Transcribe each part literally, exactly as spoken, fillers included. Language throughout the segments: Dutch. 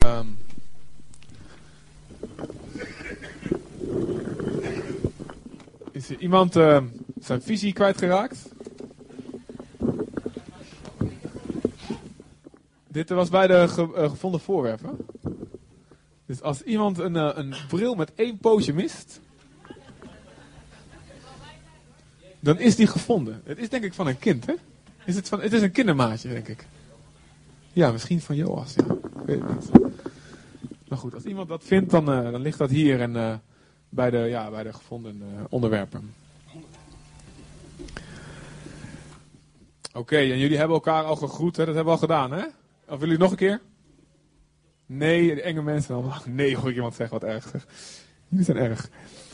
Um, is er iemand uh, zijn visie kwijtgeraakt? Dit was bij de ge, uh, gevonden voorwerpen. Dus als iemand een, uh, een bril met één pootje mist, dan is die gevonden. Het is denk ik van een kind, hè? Is het, van, het is een kindermaatje, denk ik. Ja, misschien van Joas, ja. Ik weet het niet. Maar goed, als iemand dat vindt, dan, uh, dan ligt dat hier en uh, bij, de, ja, bij de gevonden uh, onderwerpen. Oké, okay, en jullie hebben elkaar al gegroet, hè? Dat hebben we al gedaan, hè? Of willen jullie nog een keer? Nee, de enge mensen allemaal. Nee, hoor ik iemand zeggen, wat erg zeg. Jullie zijn erg.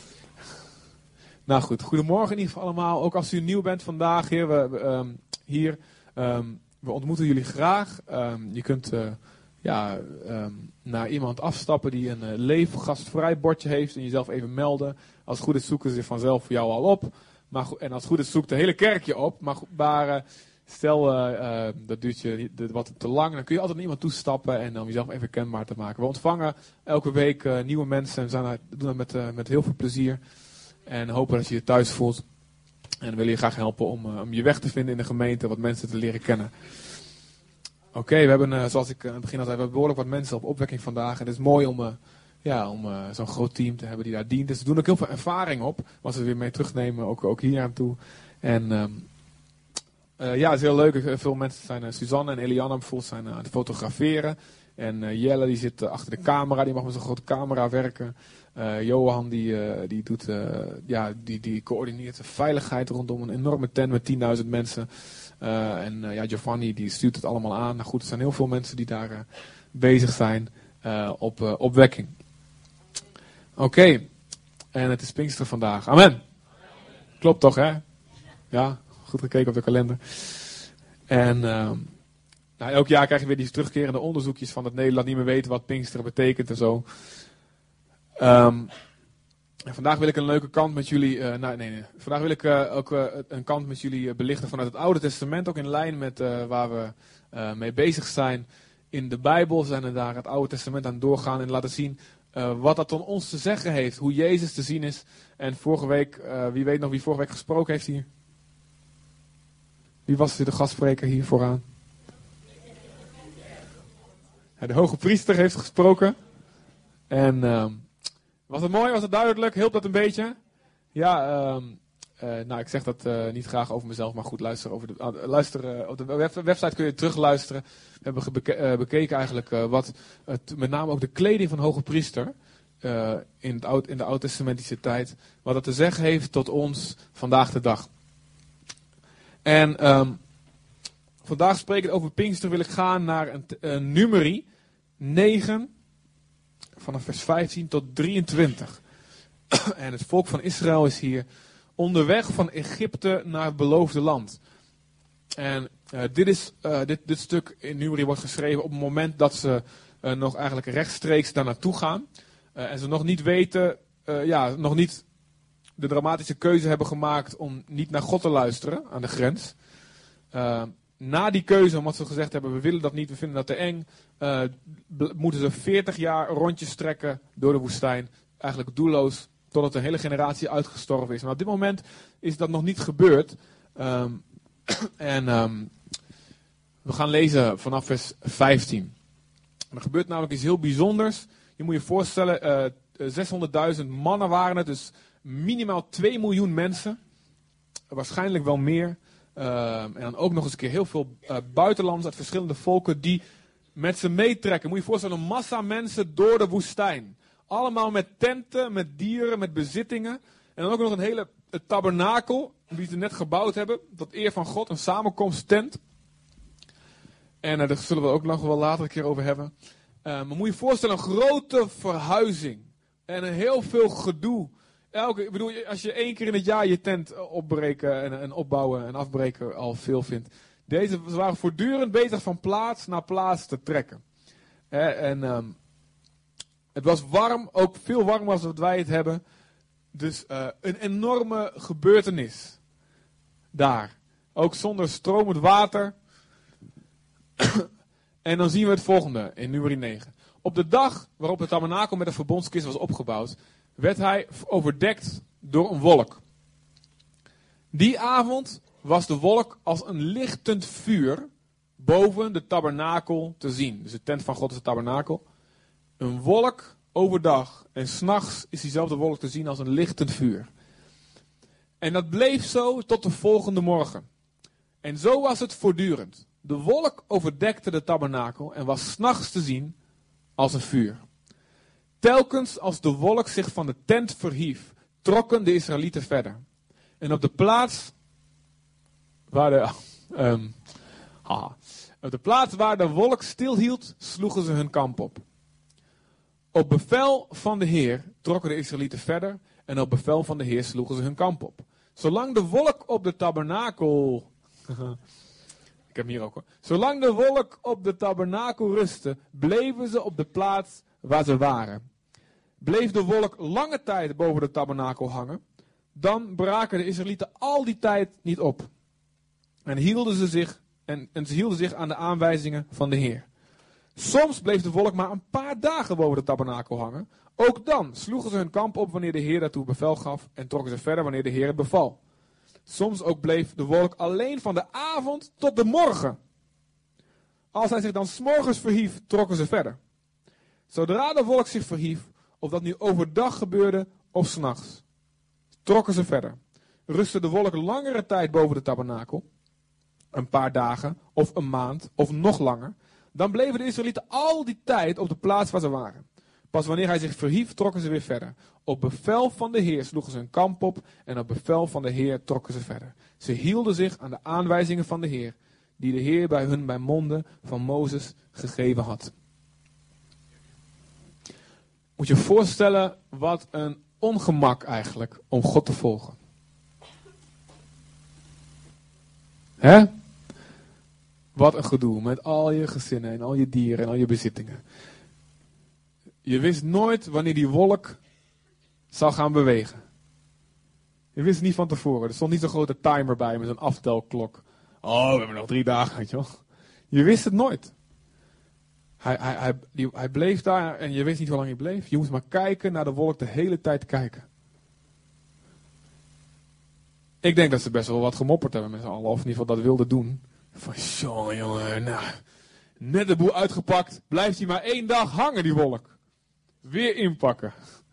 Nou goed, goedemorgen in ieder geval allemaal. Ook als u nieuw bent vandaag hier, we, we, um, hier um, we ontmoeten jullie graag. Um, je kunt uh, ja, um, naar iemand afstappen die een uh, leefgastvrij bordje heeft en jezelf even melden. Als het goed is zoeken ze vanzelf voor jou al op. Maar, en als het goed is zoekt de hele kerk je op. Maar, maar uh, stel uh, uh, dat duurt je wat te lang, dan kun je altijd naar iemand toestappen en om jezelf even kenbaar te maken. We ontvangen elke week uh, nieuwe mensen en zijn daar, doen dat met, uh, met heel veel plezier. En hopen dat je je thuis voelt. En willen je graag helpen om, uh, om je weg te vinden in de gemeente, wat mensen te leren kennen. Oké, okay, we hebben, uh, zoals ik uh, aan het begin al zei, we hebben behoorlijk wat mensen op opwekking vandaag. En het is mooi om, uh, ja, om uh, zo'n groot team te hebben die daar dient. Dus we doen ook heel veel ervaring op, wat we weer mee terugnemen, ook, ook hier aan toe. En um, uh, ja, het is heel leuk. Veel mensen zijn, uh, Suzanne en Eliana bijvoorbeeld, zijn uh, aan het fotograferen. En uh, Jelle die zit uh, achter de camera, die mag met zo'n grote camera werken. Uh, Johan die, uh, die, doet, uh, ja, die, die coördineert de veiligheid rondom een enorme tent met tienduizend mensen. Uh, en uh, ja, Giovanni die stuurt het allemaal aan. Nou goed, er zijn heel veel mensen die daar uh, bezig zijn uh, op uh, opwekking. Oké, okay. En het is Pinksteren vandaag. Amen. Klopt toch, hè? Ja, goed gekeken op de kalender. En uh, nou, elk jaar krijg je weer die terugkerende onderzoekjes van dat Nederland niet meer weet wat Pinksteren betekent en zo. Um, en vandaag wil ik een leuke kant met jullie, uh, nou, nee, nee. Vandaag wil ik uh, ook uh, een kant met jullie uh, belichten vanuit het Oude Testament, ook in lijn met uh, waar we uh, mee bezig zijn. In de Bijbel zijn we daar het Oude Testament aan doorgaan en laten zien uh, wat dat dan ons te zeggen heeft, hoe Jezus te zien is. En vorige week, uh, wie weet nog wie vorige week gesproken heeft hier? Wie was de gastspreker hier vooraan? Ja, de hoge priester heeft gesproken. En uh, was het mooi? Was het duidelijk? Hielp dat een beetje? Ja, um, uh, nou ik zeg dat uh, niet graag over mezelf, maar goed, luister over de, uh, luister, uh, op de web, website kun je terugluisteren. We hebben gebeke, uh, bekeken eigenlijk uh, wat, uh, t, met name ook de kleding van hoge priester uh, in, het oud, in de oud-testamentische tijd, wat dat te zeggen heeft tot ons vandaag de dag. En um, vandaag spreken over Pinkster wil ik gaan naar een, een Numeri negen. Vanaf vers vijftien tot drieëntwintig. En het volk van Israël is hier onderweg van Egypte naar het beloofde land. En uh, dit, is, uh, dit, dit stuk in Numeri wordt geschreven op het moment dat ze uh, nog eigenlijk rechtstreeks daar naartoe gaan. Uh, en ze nog niet weten, uh, ja, nog niet de dramatische keuze hebben gemaakt om niet naar God te luisteren aan de grens. Uh, Na die keuze, omdat ze gezegd hebben, we willen dat niet, we vinden dat te eng, uh, b- moeten ze veertig jaar rondjes trekken door de woestijn. Eigenlijk doelloos, totdat een hele generatie uitgestorven is. Maar op dit moment is dat nog niet gebeurd. Um, en um, we gaan lezen vanaf vers vijftien. Er gebeurt namelijk iets heel bijzonders. Je moet je voorstellen, uh, zeshonderdduizend mannen waren het, dus minimaal twee miljoen mensen. Waarschijnlijk wel meer. Uh, en dan ook nog eens een keer heel veel uh, buitenlanders uit verschillende volken die met ze meetrekken. Moet je je voorstellen, een massa mensen door de woestijn. Allemaal met tenten, met dieren, met bezittingen. En dan ook nog een hele een tabernakel, die ze net gebouwd hebben, tot eer van God, een samenkomsttent. En uh, daar zullen we ook nog wel later een keer over hebben. Uh, maar moet je je voorstellen, een grote verhuizing. En een heel veel gedoe. Elke, ik bedoel, als je één keer in het jaar je tent opbreken en, en opbouwen en afbreken al veel vindt. Deze ze waren voortdurend bezig van plaats naar plaats te trekken. Eh, en um, het was warm, ook veel warmer als wat wij het hebben. Dus uh, een enorme gebeurtenis. Daar. Ook zonder stromend water. En dan zien we het volgende in Numeri negen. Op de dag waarop de tabernakel met de verbondskist was opgebouwd, werd hij overdekt door een wolk. Die avond was de wolk als een lichtend vuur boven de tabernakel te zien. Dus de tent van God is de tabernakel. Een wolk overdag en 's nachts is diezelfde wolk te zien als een lichtend vuur. En dat bleef zo tot de volgende morgen. En zo was het voortdurend. De wolk overdekte de tabernakel en was 's nachts te zien als een vuur. Telkens als de wolk zich van de tent verhief, trokken de Israëlieten verder. En op de plaats waar de, um, haha, op de plaats waar de wolk stilhield, sloegen ze hun kamp op. Op bevel van de Heer trokken de Israëlieten verder en op bevel van de Heer sloegen ze hun kamp op. Zolang de wolk op de tabernakel... Ik heb hem hier ook hoor. Zolang de wolk op de tabernakel rustte, bleven ze op de plaats waar ze waren. Bleef de wolk lange tijd boven de tabernakel hangen, dan braken de Israëlieten al die tijd niet op. En, hielden ze zich, en, en ze hielden zich aan de aanwijzingen van de Heer. Soms bleef de wolk maar een paar dagen boven de tabernakel hangen. Ook dan sloegen ze hun kamp op wanneer de Heer daartoe bevel gaf en trokken ze verder wanneer de Heer het beval. Soms ook bleef de wolk alleen van de avond tot de morgen. Als hij zich dan 's morgens verhief, trokken ze verder. Zodra de wolk zich verhief, of dat nu overdag gebeurde of 's nachts, trokken ze verder. Rustte de wolk langere tijd boven de tabernakel, een paar dagen of een maand of nog langer, dan bleven de Israëlieten al die tijd op de plaats waar ze waren. Pas wanneer hij zich verhief, trokken ze weer verder. Op bevel van de Heer sloegen ze hun kamp op en op bevel van de Heer trokken ze verder. Ze hielden zich aan de aanwijzingen van de Heer, die de Heer bij hun bij monden van Mozes gegeven had. Moet je je voorstellen wat een ongemak eigenlijk om God te volgen. Hè? Wat een gedoe met al je gezinnen en al je dieren en al je bezittingen. Je wist nooit wanneer die wolk zou gaan bewegen. Je wist het niet van tevoren. Er stond niet zo'n grote timer bij met een aftelklok. Oh, we hebben nog drie dagen, weet je wel. Je wist het nooit. Hij, hij, hij, die, hij bleef daar en je wist niet hoe lang hij bleef. Je moest maar kijken naar de wolk de hele tijd kijken. Ik denk dat ze best wel wat gemopperd hebben met z'n allen. Of in ieder geval dat wilden doen. Van, jongen, jongen, nou, net de boel uitgepakt. Blijft hij maar één dag hangen, die wolk. Weer inpakken.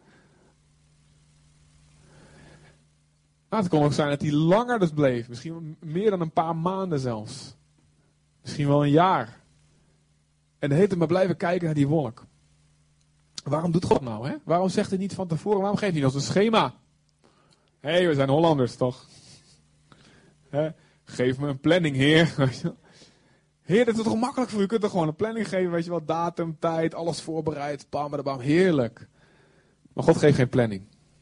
Nou, het kon ook zijn dat hij langer dus bleef. Misschien meer dan een paar maanden zelfs. Misschien wel een jaar. En de hele tijd maar blijven kijken naar die wolk. Waarom doet God nou, hè? Waarom zegt hij niet van tevoren? Waarom geeft hij ons een schema? Hé, hey, we zijn Hollanders, toch? Hè? Geef me een planning, Heer. Heer, dat is toch makkelijk voor u? U kunt toch gewoon een planning geven, weet je wel, datum, tijd, alles voorbereid, bam, bam, bam, heerlijk. Maar God geeft geen planning.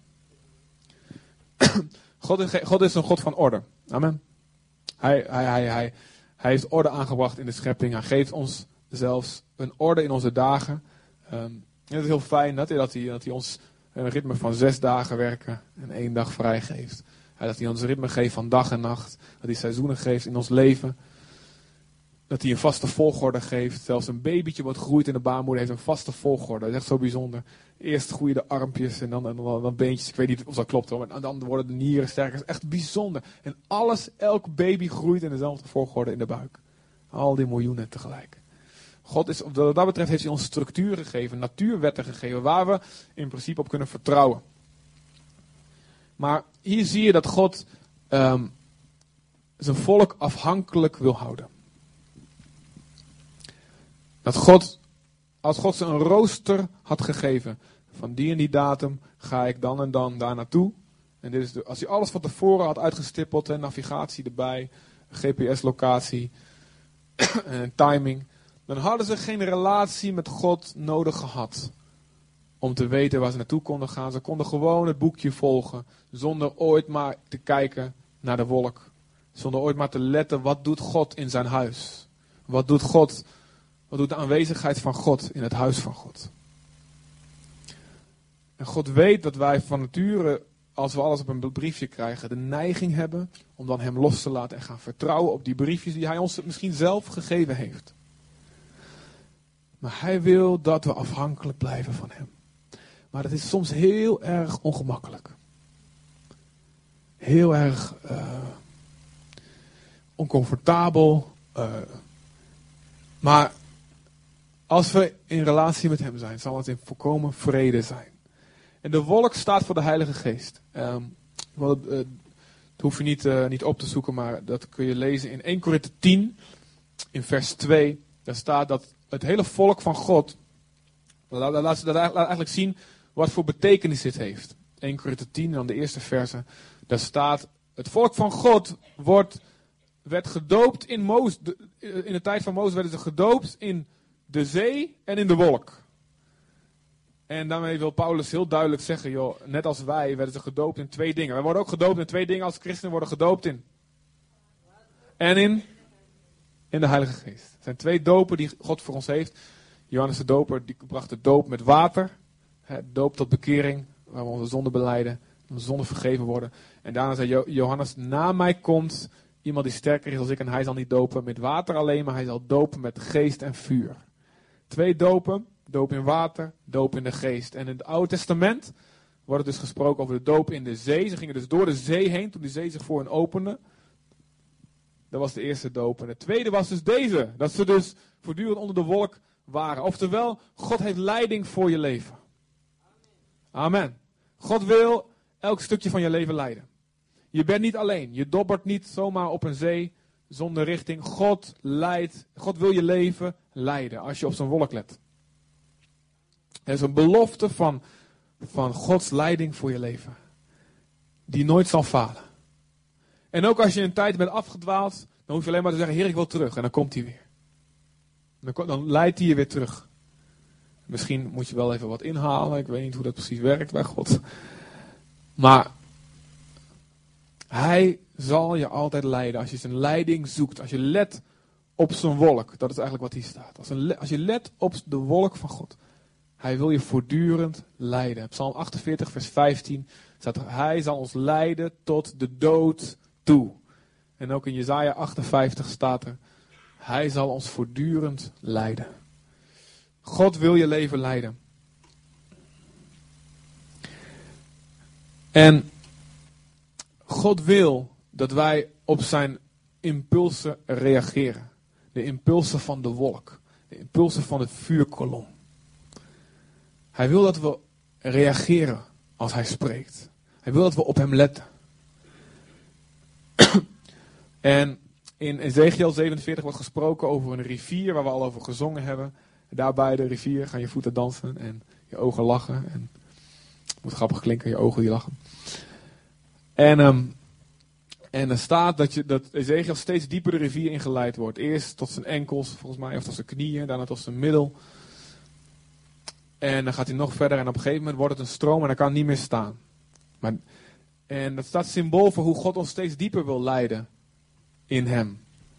God is, God is een God van orde. Amen. Hij, hij, hij, hij, hij heeft orde aangebracht in de schepping. Hij geeft ons zelfs een orde in onze dagen. Um, het is heel fijn dat hij, dat, hij, dat hij ons een ritme van zes dagen werken en één dag vrij geeft. Dat hij ons een ritme geeft van dag en nacht. Dat hij seizoenen geeft in ons leven. Dat hij een vaste volgorde geeft. Zelfs een babytje wat groeit in de baarmoeder heeft een vaste volgorde. Dat is echt zo bijzonder. Eerst groeien de armpjes en dan, en dan, dan beentjes. Ik weet niet of dat klopt hoor. Maar dan worden de nieren sterker. Dat is echt bijzonder. En alles, elk baby groeit in dezelfde volgorde in de buik. Al die miljoenen tegelijk. God is, wat dat betreft heeft hij ons structuren gegeven. Natuurwetten gegeven. Waar we in principe op kunnen vertrouwen. Maar hier zie je dat God um, zijn volk afhankelijk wil houden. Dat God, als God ze een rooster had gegeven, van die en die datum ga ik dan en dan daar naartoe. En dit is de, als hij alles van tevoren had uitgestippeld, hè, navigatie erbij, G P S-locatie en timing, dan hadden ze geen relatie met God nodig gehad. Om te weten waar ze naartoe konden gaan. Ze konden gewoon het boekje volgen. Zonder ooit maar te kijken naar de wolk. Zonder ooit maar te letten. Wat doet God in zijn huis? Wat doet God? Wat doet de aanwezigheid van God in het huis van God? En God weet dat wij van nature, als we alles op een briefje krijgen, de neiging hebben om dan hem los te laten en gaan vertrouwen op die briefjes die hij ons misschien zelf gegeven heeft. Maar hij wil dat we afhankelijk blijven van hem. Maar dat is soms heel erg ongemakkelijk. Heel erg uh, oncomfortabel. Uh, maar als we in relatie met hem zijn, zal het in volkomen vrede zijn. En de wolk staat voor de Heilige Geest. Um, want, uh, dat hoef je niet, uh, niet op te zoeken, maar dat kun je lezen in Eerste Korinthe tien, in vers twee. Daar staat dat het hele volk van God, dat laat ze eigenlijk zien wat voor betekenis dit heeft. Eerste Korinthe tien, en dan de eerste verse. Daar staat, het volk van God wordt, werd gedoopt in Mozes. In de tijd van Mozes werden ze gedoopt in de zee en in de wolk. En daarmee wil Paulus heel duidelijk zeggen, joh, net als wij werden ze gedoopt in twee dingen. Wij worden ook gedoopt in twee dingen als christenen worden gedoopt in. En in, in de Heilige Geest. Het zijn twee dopen die God voor ons heeft. Johannes de Doper die bracht de doop met water. He, doop tot bekering, waar we onze zonden belijden. Onze zonden vergeven worden. En daarna zei Johannes, na mij komt iemand die sterker is als ik. En hij zal niet dopen met water alleen, maar hij zal dopen met geest en vuur. Twee dopen. Doop in water, doop in de geest. En in het Oude Testament wordt dus gesproken over de doop in de zee. Ze gingen dus door de zee heen toen die zee zich voor hen opende. Dat was de eerste doop. En de tweede was dus deze. Dat ze dus voortdurend onder de wolk waren. Oftewel, God heeft leiding voor je leven. Amen. God wil elk stukje van je leven leiden. Je bent niet alleen. Je dobbert niet zomaar op een zee zonder richting. God leidt. God wil je leven leiden als je op zijn wolk let. Er is een belofte van, van Gods leiding voor je leven. Die nooit zal falen. En ook als je een tijd bent afgedwaald, dan hoef je alleen maar te zeggen, Heer, ik wil terug. En dan komt hij weer. Dan, dan leidt hij je weer terug. Misschien moet je wel even wat inhalen. Ik weet niet hoe dat precies werkt bij God. Maar hij zal je altijd leiden. Als je zijn leiding zoekt. Als je let op zijn wolk. Dat is eigenlijk wat hier staat. Als, een, als je let op de wolk van God. Hij wil je voortdurend leiden. Psalm achtenveertig vers vijftien staat er, hij zal ons leiden tot de dood toe. En ook in Jesaja achtenvijftig staat er, hij zal ons voortdurend leiden. God wil je leven leiden. En God wil dat wij op zijn impulsen reageren. De impulsen van de wolk. De impulsen van het vuurkolom. Hij wil dat we reageren als hij spreekt. Hij wil dat we op hem letten. En in Ezekiel zevenenveertig wordt gesproken over een rivier waar we al over gezongen hebben. Daar bij de rivier gaan je voeten dansen en je ogen lachen. En het moet grappig klinken, je ogen die lachen. En, um, en er staat dat, je, dat Ezekiel steeds dieper de rivier ingeleid wordt. Eerst tot zijn enkels, volgens mij, of tot zijn knieën, daarna tot zijn middel. En dan gaat hij nog verder en op een gegeven moment wordt het een stroom en dan kan het niet meer staan. Maar, en dat staat symbool voor hoe God ons steeds dieper wil leiden in hem.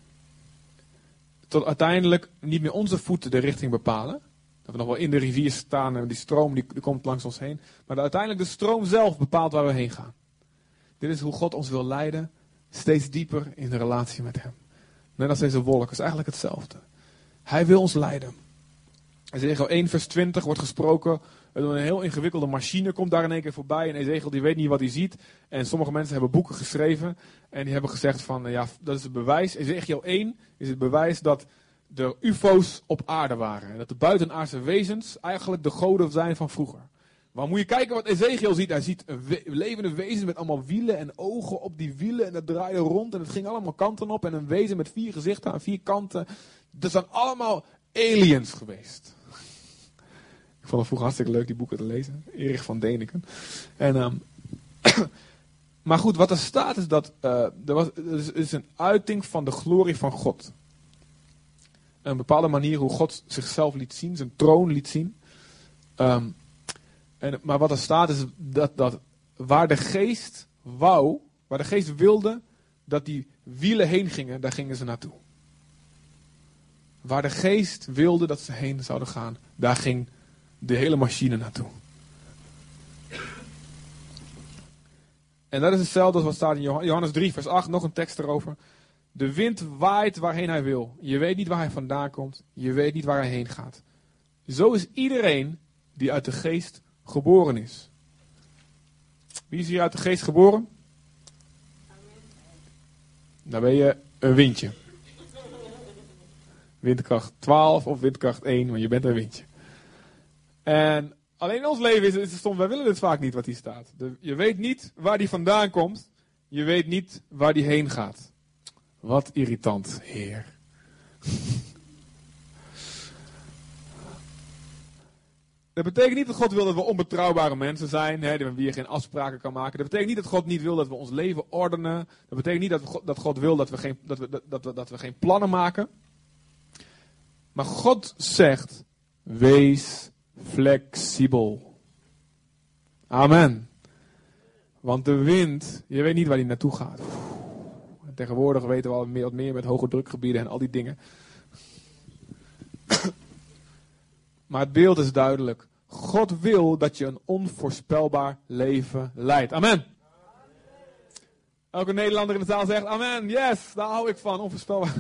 Tot uiteindelijk niet meer onze voeten de richting bepalen. Dat we nog wel in de rivier staan en die stroom die, die komt langs ons heen. Maar dat uiteindelijk de stroom zelf bepaalt waar we heen gaan. Dit is hoe God ons wil leiden, steeds dieper in de relatie met hem. Net als deze wolk, is eigenlijk hetzelfde. Hij wil ons leiden. Ezekiel één vers twintig wordt gesproken. Een heel ingewikkelde machine komt daar in één keer voorbij. En Ezekiel die weet niet wat hij ziet. En sommige mensen hebben boeken geschreven. En die hebben gezegd van, ja, dat is het bewijs. Ezekiel één is het bewijs dat er U F O's op aarde waren. En dat de buitenaardse wezens eigenlijk de goden zijn van vroeger. Maar moet je kijken wat Ezekiel ziet. Hij ziet een we- levende wezen met allemaal wielen en ogen op die wielen. En dat draaide rond en het ging allemaal kanten op. En een wezen met vier gezichten aan vier kanten. Dat zijn allemaal aliens geweest. Ik vond het vroeger hartstikke leuk die boeken te lezen. Erich van Däniken. En, um, maar goed, wat er staat is dat uh, er, was, er is, is een uiting van de glorie van God. Een bepaalde manier hoe God zichzelf liet zien, zijn troon liet zien. Um, en, maar wat er staat is dat, dat waar de geest wou, waar de geest wilde dat die wielen heen gingen, daar gingen ze naartoe. Waar de geest wilde dat ze heen zouden gaan, daar ging de hele machine naartoe. En dat is hetzelfde als wat staat in Johannes drie vers acht, nog een tekst erover. De wind waait waarheen hij wil. Je weet niet waar hij vandaan komt. Je weet niet waar hij heen gaat. Zo is iedereen die uit de geest geboren is. Wie is hier uit de geest geboren? Dan ben je een windje. Windkracht twaalf of windkracht één, maar je bent een windje. En alleen in ons leven is, is het soms, wij willen dit vaak niet wat hier staat. De, je weet niet waar die vandaan komt. Je weet niet waar die heen gaat. Wat irritant, Heer. Dat betekent niet dat God wil dat we onbetrouwbare mensen zijn, hè, met wie je geen afspraken kan maken. Dat betekent niet dat God niet wil dat we ons leven ordenen. Dat betekent niet dat, we, dat God wil dat we, geen, dat, we, dat, we, dat we geen plannen maken. Maar God zegt, wees flexibel. Amen. Want de wind, je weet niet waar die naartoe gaat. En tegenwoordig weten we al meer, wat meer met hoge drukgebieden en al die dingen. Maar het beeld is duidelijk. God wil dat je een onvoorspelbaar leven leidt. Amen. Elke Nederlander in de zaal zegt amen. Yes, daar hou ik van. Onvoorspelbaar.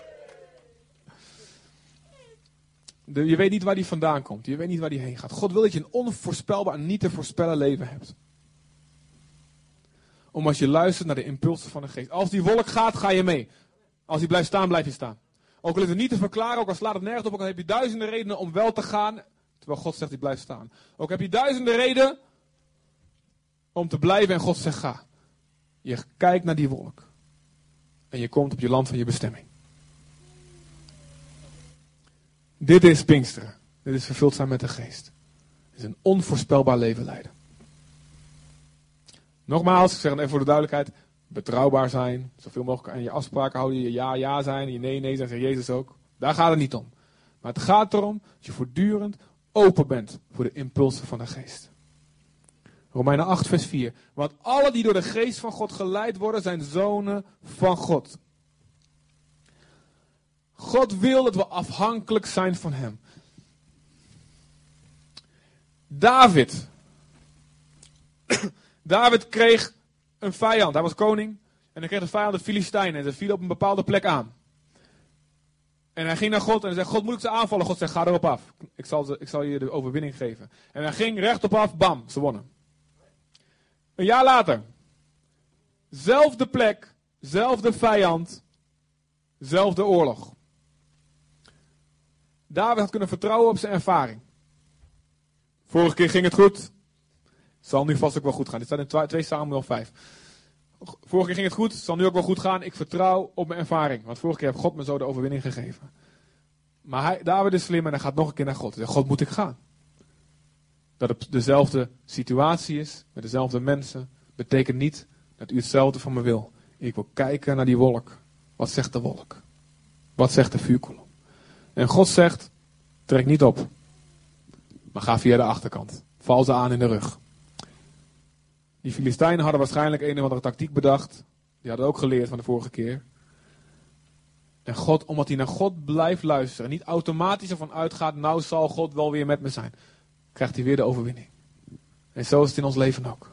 De, je weet niet waar die vandaan komt. Je weet niet waar die heen gaat. God wil dat je een onvoorspelbaar en niet te voorspellen leven hebt. Om als je luistert naar de impulsen van de geest. Als die wolk gaat, ga je mee. Als die blijft staan, blijf je staan. Ook al is het niet te verklaren, ook al slaat het nergens op, ook al heb je duizenden redenen om wel te gaan, terwijl God zegt, die blijft staan. Ook heb je duizenden redenen om te blijven en God zegt, ga. Je kijkt naar die wolk. En je komt op je land van je bestemming. Dit is Pinksteren. Dit is vervuld zijn met de geest. Dit is een onvoorspelbaar leven leiden. Nogmaals, ik zeg het even voor de duidelijkheid. Betrouwbaar zijn, zoveel mogelijk aan je afspraken houden, je ja ja zijn, en je nee nee zijn, zegt Jezus ook. Daar gaat het niet om. Maar het gaat erom dat je voortdurend open bent voor de impulsen van de geest. Romeinen acht vers vier. Want alle die door de geest van God geleid worden, zijn zonen van God. God wil dat we afhankelijk zijn van hem. David. David kreeg een vijand. Hij was koning. En hij kreeg de vijand de Filistijnen. En ze vielen op een bepaalde plek aan. En hij ging naar God en hij zei, God, moet ik ze aanvallen? God zegt, ga erop af. Ik zal, ze, ik zal je de overwinning geven. En hij ging rechtop af, bam, ze wonnen. Een jaar later. Zelfde plek, zelfde vijand, zelfde oorlog. David had kunnen vertrouwen op zijn ervaring. Vorige keer ging het goed. Zal nu vast ook wel goed gaan. Dit staat in twee Samuel vijf. Vorige keer ging het goed. Zal nu ook wel goed gaan. Ik vertrouw op mijn ervaring. Want vorige keer heeft God me zo de overwinning gegeven. Maar hij, David is slim en hij gaat nog een keer naar God. Hij zegt, God, moet ik gaan? Dat het dezelfde situatie is. Met dezelfde mensen. Betekent niet dat u hetzelfde van me wil. Ik wil kijken naar die wolk. Wat zegt de wolk? Wat zegt de vuurkolom? En God zegt, trek niet op. Maar ga via de achterkant. Val ze aan in de rug. Die Filistijnen hadden waarschijnlijk een of andere tactiek bedacht. Die hadden ook geleerd van de vorige keer. En God, omdat hij naar God blijft luisteren. Niet automatisch ervan uitgaat, nou zal God wel weer met me zijn. Krijgt hij weer de overwinning. En zo is het in ons leven ook.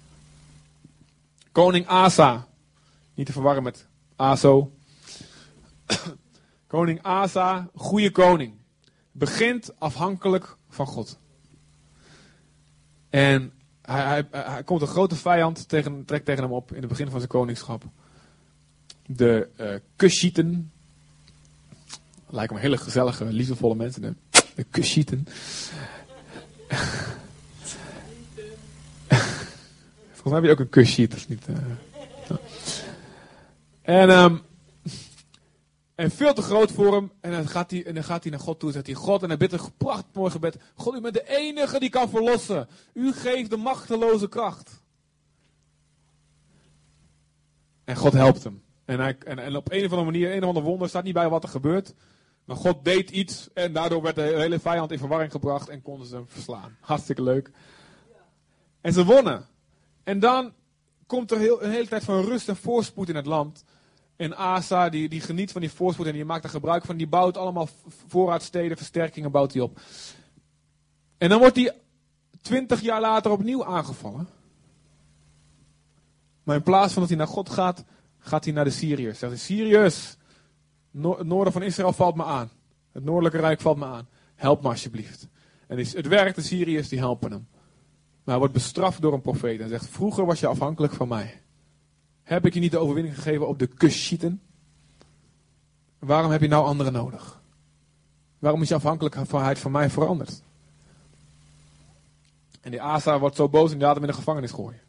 Koning Asa. Niet te verwarren met Aso. Koning Asa, goede koning. Begint afhankelijk van God. En hij, hij, hij komt een grote vijand, tegen, trekt tegen hem op in het begin van zijn koningschap. De uh, Kushieten. Lijken me hele gezellige, liefdevolle mensen. De, de Kushieten. Volgens mij heb je ook een Kushit, of niet? Uh, no. En... Um, En veel te groot voor hem. En dan gaat hij, en dan gaat hij naar God toe. En zegt hij, God, en hij bidt een prachtig mooi gebed. God, u bent de enige die kan verlossen. U geeft de machteloze kracht. En God helpt hem. En, hij, en, en op een of andere manier, een of ander wonder, staat niet bij wat er gebeurt. Maar God deed iets. En daardoor werd de hele vijand in verwarring gebracht. En konden ze hem verslaan. Hartstikke leuk. En ze wonnen. En dan komt er heel, een hele tijd van rust en voorspoed in het land. En Asa, die, die geniet van die voorspoed en die maakt er gebruik van. Die bouwt allemaal voorraadsteden, versterkingen bouwt hij op. En dan wordt hij twintig jaar later opnieuw aangevallen. Maar in plaats van dat hij naar God gaat, gaat hij naar de Syriërs. Zegt hij, Syriërs, no- het noorden van Israël valt me aan. Het noordelijke rijk valt me aan. help me alsjeblieft. En het werkt, de Syriërs die helpen hem. Maar hij wordt bestraft door een profeet en zegt, vroeger was je afhankelijk van mij. Heb ik je niet de overwinning gegeven op de Kushieten? Waarom heb je nou anderen nodig? Waarom is je afhankelijkheid van mij veranderd? En die Asa wordt zo boos en die laat hem in de gevangenis gooien.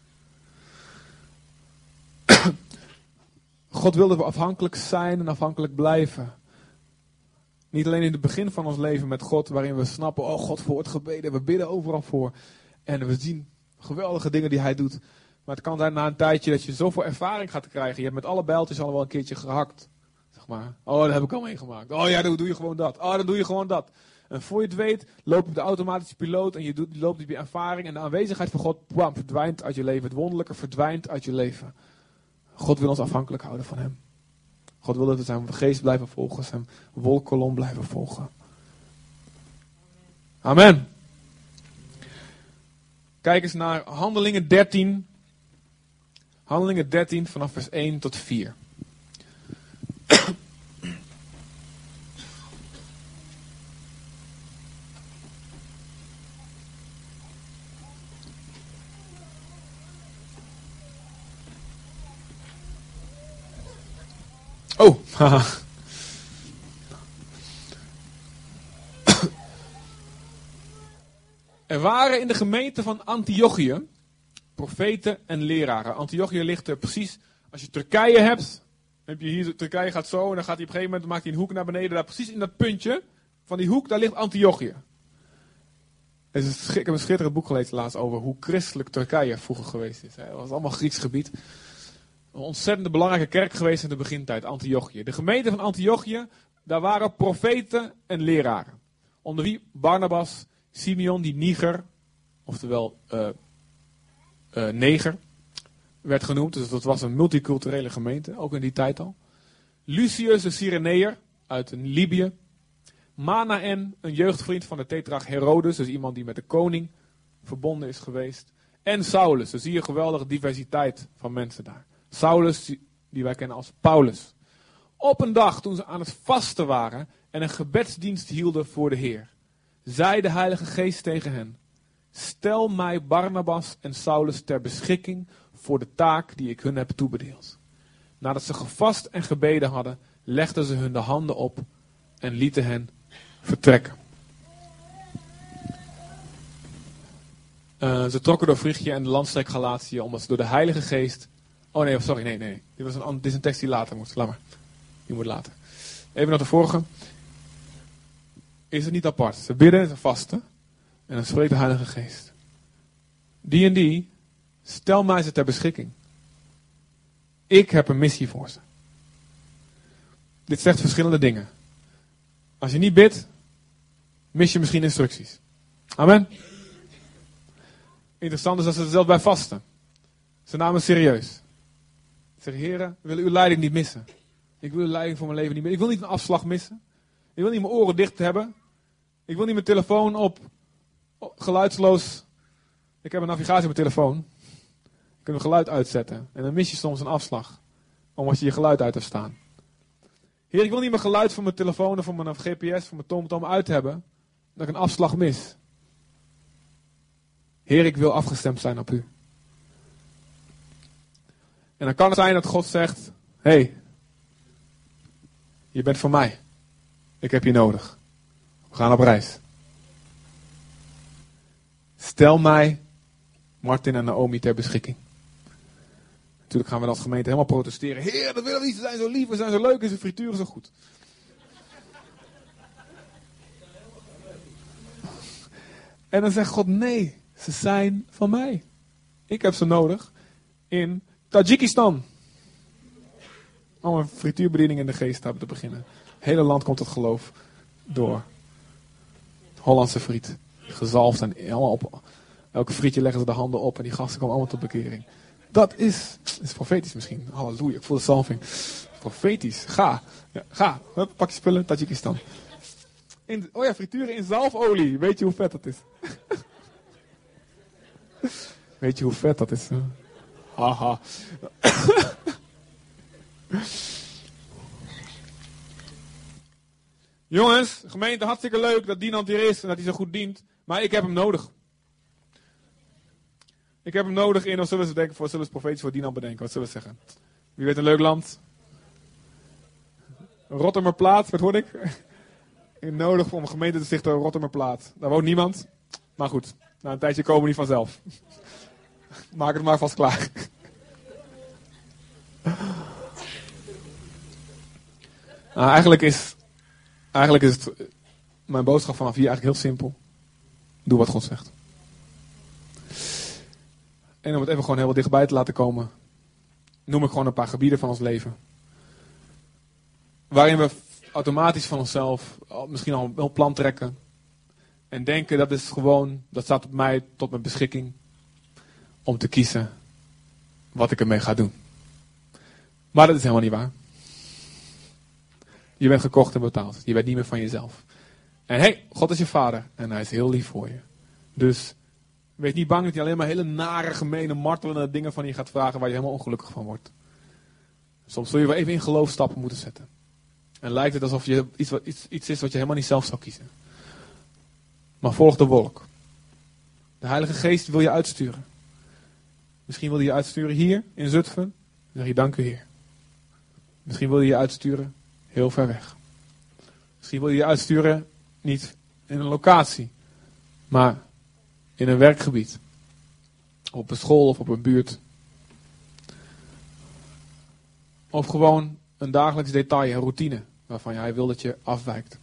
God wilde we afhankelijk zijn en afhankelijk blijven. Niet alleen in het begin van ons leven met God, waarin we snappen, oh God voor het gebeden, we bidden overal voor. En we zien geweldige dingen die hij doet. Maar het kan zijn na een tijdje dat je zoveel ervaring gaat krijgen. Je hebt met alle bijltjes al wel een keertje gehakt. Zeg maar, oh dat heb ik al meegemaakt. Oh ja, dan doe je gewoon dat. Oh dan doe je gewoon dat. En voor je het weet, loop je op de automatische piloot en je doet, loopt op je ervaring. En de aanwezigheid van God bam, verdwijnt uit je leven. Het wonderlijke verdwijnt uit je leven. God wil ons afhankelijk houden van hem. God wil dat we zijn geest blijven volgen, zijn wolkolom blijven volgen. Amen. Kijk eens naar Handelingen dertien. Handelingen dertien vanaf vers één tot vier. Oh, haha. Er waren in de gemeente van Antiochië profeten en leraren. Antiochië ligt er precies, als je Turkije hebt, heb je hier, Turkije gaat zo en dan gaat hij op een gegeven moment, maakt hij een hoek naar beneden. Daar precies in dat puntje van die hoek, daar ligt Antiochië. Er is een, ik heb een schitterend boek gelezen laatst over hoe christelijk Turkije vroeger geweest is. Het was allemaal Grieks gebied. Een ontzettend belangrijke kerk geweest in de begintijd, Antiochië. De gemeente van Antiochië, daar waren profeten en leraren. Onder wie Barnabas, Simeon, die Niger, oftewel uh, uh, neger, werd genoemd. Dus dat was een multiculturele gemeente, ook in die tijd al. Lucius de Cyreneër uit Libië. Manaen, een jeugdvriend van de tetrarch Herodes, dus iemand die met de koning verbonden is geweest. En Saulus, dus zie je een geweldige diversiteit van mensen daar. Saulus, die wij kennen als Paulus. Op een dag toen ze aan het vasten waren en een gebedsdienst hielden voor de Heer, zei de Heilige Geest tegen hen: stel mij Barnabas en Saulus ter beschikking voor de taak die ik hun heb toebedeeld. Nadat ze gevast en gebeden hadden, legden ze hun de handen op en lieten hen vertrekken. Uh, ze trokken door Frigië en de landstreek Galatië, omdat ze door de Heilige Geest... Oh nee, sorry, nee, nee. Dit, was een, dit is een tekst die later moet. Laat maar. Die moet later. Even naar de vorige. Is het niet apart. Ze bidden, ze vasten. En dan spreekt de Heilige Geest. Die en die, stel mij ze ter beschikking. Ik heb een missie voor ze. Dit zegt verschillende dingen. Als je niet bidt, mis je misschien instructies. Amen. Interessant is dat ze er zelf bij vasten. Ze namen het serieus. Ze zeggen, heren, we willen uw leiding niet missen. Ik wil uw leiding voor mijn leven niet missen. Ik wil niet een afslag missen. Ik wil niet mijn oren dicht hebben. Ik wil niet mijn telefoon op geluidsloos. Ik heb een navigatie op mijn telefoon. Ik kan mijn geluid uitzetten. En dan mis je soms een afslag. Omdat je je geluid uit hebt staan. Heer, ik wil niet mijn geluid van mijn telefoon of van mijn G P S, van mijn TomTom uit hebben. Dat ik een afslag mis. Heer, ik wil afgestemd zijn op u. En dan kan het zijn dat God zegt: hé, hey, je bent voor mij. Ik heb je nodig. We gaan op reis. Stel mij Martin en Naomi ter beschikking. Natuurlijk gaan we als gemeente helemaal protesteren. Heer, dat willen we niet. Ze zijn zo lief, ze zijn zo leuk en ze frituren zo goed. En dan zegt God: nee, ze zijn van mij. Ik heb ze nodig in Tajikistan. Om een frituurbediening in de geest te beginnen. Het hele land komt tot geloof door Hollandse friet. Gezalfd en allemaal op. Elke frietje leggen ze de handen op en die gasten komen allemaal tot bekering. Dat is, is profetisch misschien. Halleluja, ik voel de zalving. Profetisch, ga. Ja, ga, Hup, pak je spullen, Tajikistan. In, oh ja, frituren in zalfolie. Weet je hoe vet dat is? Weet je hoe vet dat is? Haha. Jongens, gemeente, hartstikke leuk dat Dinant hier is en dat hij zo goed dient. Maar ik heb hem nodig. Ik heb hem nodig in, wat zullen ze denken, voor, zullen ze profetisch voor Dinant bedenken? Wat zullen ze zeggen? Wie weet een leuk land? Rottermerplaat, wat hoor ik? Ik nodig om een gemeente te stichten, Rottermerplaat. Daar woont niemand. Maar goed, na een tijdje komen die vanzelf. Maak het maar vast klaar. Nou, eigenlijk is, eigenlijk is het, mijn boodschap vanaf hier eigenlijk heel simpel. Doe wat God zegt. En om het even gewoon heel wat dichtbij te laten komen, noem ik gewoon een paar gebieden van ons leven. Waarin we automatisch van onszelf misschien al een plan trekken. En denken dat is gewoon, dat staat op mij tot mijn beschikking. Om te kiezen wat ik ermee ga doen. Maar dat is helemaal niet waar. Je bent gekocht en betaald. Je bent niet meer van jezelf. En hé, hey, God is je vader. En hij is heel lief voor je. Dus wees niet bang dat hij alleen maar hele nare, gemene, martelende dingen van je gaat vragen waar je helemaal ongelukkig van wordt. Soms zul je wel even in geloof stappen moeten zetten. En lijkt het alsof je iets, iets, iets is wat je helemaal niet zelf zou kiezen. Maar volg de wolk. De Heilige Geest wil je uitsturen. Misschien wil hij je uitsturen hier in Zutphen. Dan zeg je dank u Heer. Misschien wil hij je uitsturen heel ver weg. Misschien wil je je uitsturen niet in een locatie. Maar in een werkgebied. Op een school of op een buurt. Of gewoon een dagelijks detail, een routine. Waarvan hij wil dat je afwijkt.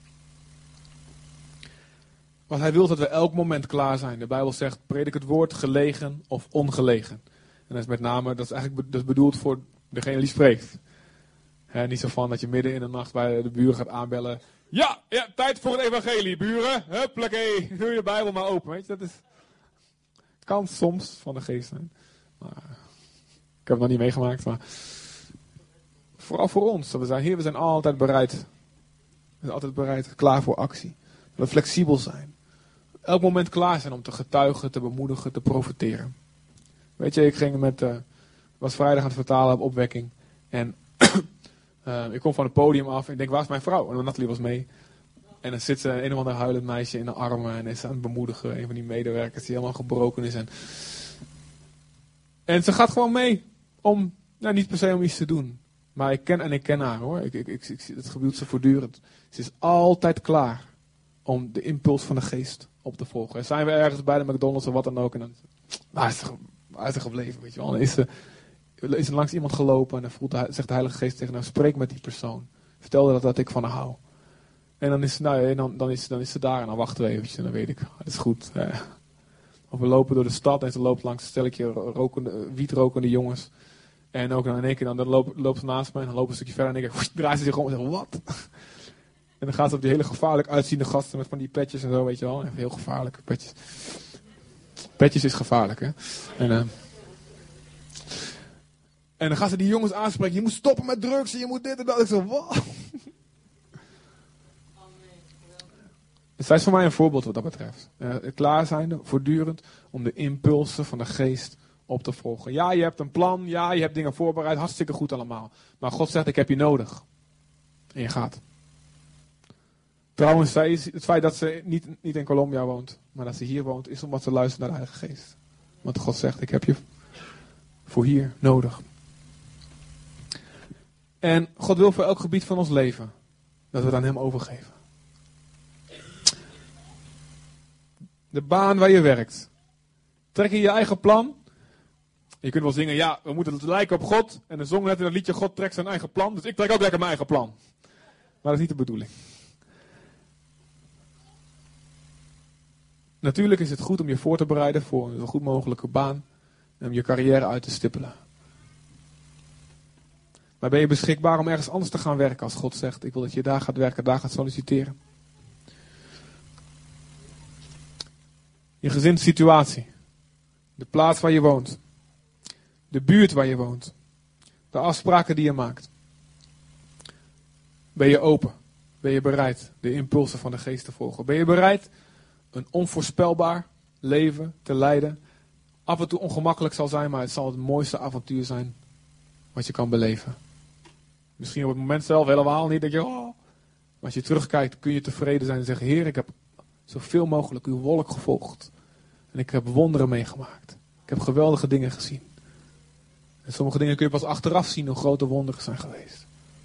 Want hij wil dat we elk moment klaar zijn. De Bijbel zegt, predik het woord gelegen of ongelegen. En dat is met name, dat is eigenlijk dat is bedoeld voor degene die spreekt. He, niet zo van dat je midden in de nacht bij de buren gaat aanbellen. Ja, ja, tijd voor het evangelie, buren. Huppakee, doe je Bijbel maar open. Weet je, dat is, het kan soms van de geest zijn. Maar, ik heb het nog niet meegemaakt, maar vooral voor ons. Dat we zijn, Heer, we zijn altijd bereid. We zijn altijd bereid, klaar voor actie. Dat we flexibel zijn. Elk moment klaar zijn om te getuigen, te bemoedigen, te profiteren. Weet je, ik ging met, uh, was vrijdag aan het vertalen op opwekking. En uh, ik kom van het podium af en ik denk, waar is mijn vrouw? En Nathalie was mee. En dan zit ze een of ander huilend meisje in de armen en is aan het bemoedigen. Een van die medewerkers die helemaal gebroken is. En, en ze gaat gewoon mee. Om, nou niet per se om iets te doen. Maar ik ken en ik ken haar hoor. Ik, ik, ik, ik, het gebeurt ze voortdurend. Ze is altijd klaar om de impuls van de geest op te volgen. En zijn we ergens bij de McDonald's of wat dan ook. En dan, waar is ze, waar is ze gebleven? Weet je wel? Dan is ze, is er langs iemand gelopen en dan voelt de, zegt de Heilige Geest tegen haar, spreek met die persoon. Vertel haar dat, dat ik van haar hou. En dan is, nou, dan, dan, is, dan is ze daar en dan wachten we eventjes en dan weet ik, het is goed. Eh. Of we lopen door de stad en ze loopt langs een stelletje rokende, wietrokende jongens. En ook dan in één keer, dan, dan loopt, loopt ze naast mij en dan lopen we een stukje verder en dan denk ik, draait ze zich om en zegt, wat? En dan gaat ze op die hele gevaarlijk uitziende gasten met van die petjes en zo, weet je wel. Even heel gevaarlijke petjes. Petjes is gevaarlijk, hè. En, uh, en dan gaat ze die jongens aanspreken. Je moet stoppen met drugs en je moet dit en dat. Ik zo, wat? Zij is voor mij een voorbeeld wat dat betreft. Uh, klaar zijn, voortdurend, om de impulsen van de geest op te volgen. Ja, je hebt een plan. Ja, je hebt dingen voorbereid. Hartstikke goed allemaal. Maar God zegt, ik heb je nodig. En je gaat. Trouwens, zij is, het feit dat ze niet, niet in Colombia woont, maar dat ze hier woont, is omdat ze luistert naar de Heilige Geest. Want God zegt, ik heb je voor hier nodig. En God wil voor elk gebied van ons leven, dat we het aan hem overgeven. De baan waar je werkt. Trek je je eigen plan. Je kunt wel zingen, ja, we moeten lijken op God. En de zong net in het liedje, God trekt zijn eigen plan. Dus ik trek ook lekker mijn eigen plan. Maar dat is niet de bedoeling. Natuurlijk is het goed om je voor te bereiden voor een zo goed mogelijke baan. En om je carrière uit te stippelen. Maar ben je beschikbaar om ergens anders te gaan werken als God zegt, ik wil dat je daar gaat werken, daar gaat solliciteren. Je gezinssituatie. De plaats waar je woont. De buurt waar je woont. De afspraken die je maakt. Ben je open? Ben je bereid de impulsen van de geest te volgen? Ben je bereid een onvoorspelbaar leven te leiden? Af en toe ongemakkelijk zal zijn, maar het zal het mooiste avontuur zijn wat je kan beleven. Misschien op het moment zelf helemaal niet, dat je, oh, Maar als je terugkijkt, kun je tevreden zijn en zeggen, Heer, ik heb zoveel mogelijk uw wolk gevolgd. En ik heb wonderen meegemaakt. Ik heb geweldige dingen gezien. En sommige dingen kun je pas achteraf zien hoe grote wonderen zijn geweest.